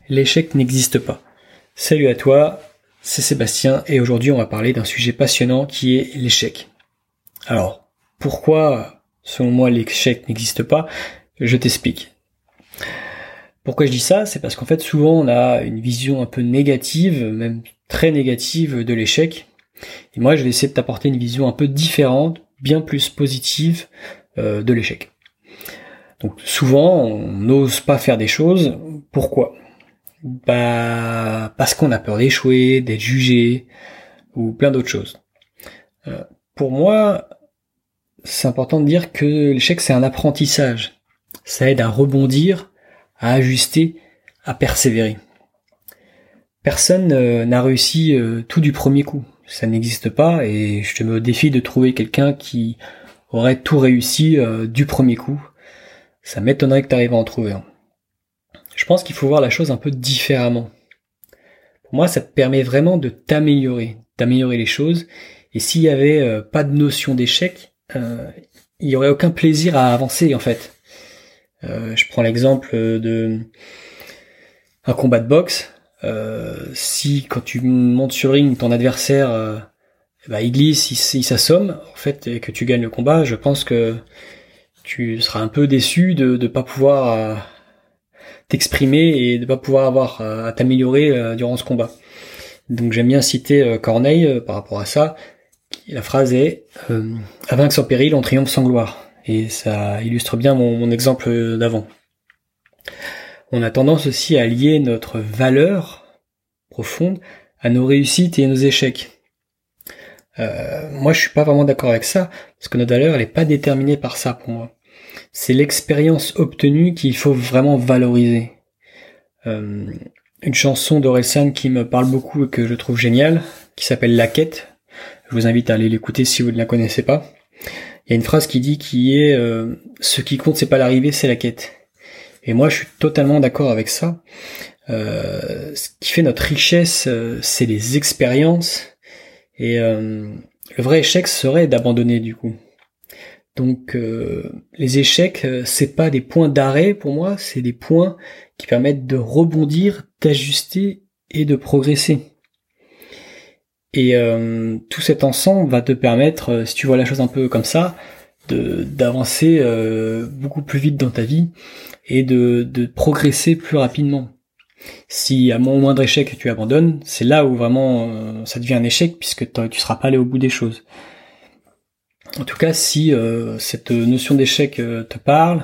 l'échec n'existe pas. Salut à toi, c'est Sébastien et aujourd'hui on va parler d'un sujet passionnant qui est l'échec. Alors, pourquoi selon moi l'échec n'existe pas? Je t'explique. Pourquoi je dis ça? C'est parce qu'en fait souvent on a une vision un peu négative, même très négative de l'échec. Et moi je vais essayer de t'apporter une vision un peu différente, bien plus positive de l'échec. Donc souvent on n'ose pas faire des choses. Pourquoi? Parce qu'on a peur d'échouer, d'être jugé, ou plein d'autres choses. Pour moi, c'est important de dire que l'échec c'est un apprentissage. Ça aide à rebondir, à ajuster, à persévérer. Personne n'a réussi tout du premier coup. Ça n'existe pas et je te mets au défi de trouver quelqu'un qui aurait tout réussi du premier coup. Ça m'étonnerait que tu arrives à en trouver un. Je pense qu'il faut voir la chose un peu différemment. Pour moi, ça te permet vraiment de d'améliorer les choses. Et s'il y avait pas de notion d'échec, il y aurait aucun plaisir à avancer en fait. Je prends l'exemple de un combat de boxe. Si quand tu montes sur le ring, ton adversaire il glisse, il s'assomme, en fait, et que tu gagnes le combat, je pense que tu seras un peu déçu de pas pouvoir t'exprimer et de pas pouvoir avoir à t'améliorer durant ce combat. Donc j'aime bien citer Corneille par rapport à ça. La phrase est à vaincre sans péril, on triomphe sans gloire. Et ça illustre bien mon exemple d'avant. On a tendance aussi à lier notre valeur profonde à nos réussites et nos échecs. Moi je suis pas vraiment d'accord avec ça, parce que notre valeur elle est pas déterminée par ça pour moi. C'est l'expérience obtenue qu'il faut vraiment valoriser. Une chanson d'Orelsan qui me parle beaucoup et que je trouve géniale, qui s'appelle La Quête. Je vous invite à aller l'écouter si vous ne la connaissez pas. Il y a une phrase qui dit ce qui compte c'est pas l'arrivée, c'est la quête. Et moi je suis totalement d'accord avec ça. Ce qui fait notre richesse, c'est les expériences. Et le vrai échec serait d'abandonner du coup. Donc les échecs, c'est pas des points d'arrêt pour moi, c'est des points qui permettent de rebondir, d'ajuster et de progresser. Et tout cet ensemble va te permettre, si tu vois la chose un peu comme ça, d'avancer beaucoup plus vite dans ta vie et de progresser plus rapidement. Si à moindre échec tu abandonnes, c'est là où vraiment ça devient un échec puisque tu seras pas allé au bout des choses. En tout cas, si cette notion d'échec te parle,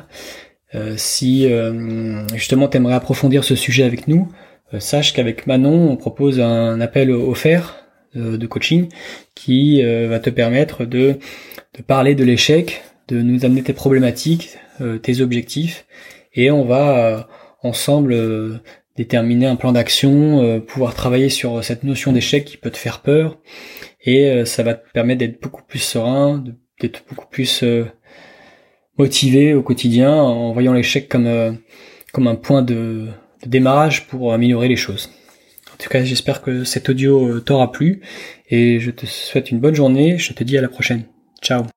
si justement t'aimerais approfondir ce sujet avec nous, sache qu'avec Manon, on propose un appel offert de coaching qui va te permettre de parler de l'échec, de nous amener tes problématiques, tes objectifs, et on va ensemble déterminer un plan d'action, pouvoir travailler sur cette notion d'échec qui peut te faire peur, et ça va te permettre d'être beaucoup plus serein, d'être beaucoup plus motivé au quotidien en voyant l'échec comme un point de démarrage pour améliorer les choses. En tout cas, j'espère que cet audio t'aura plu et je te souhaite une bonne journée. Je te dis à la prochaine. Ciao.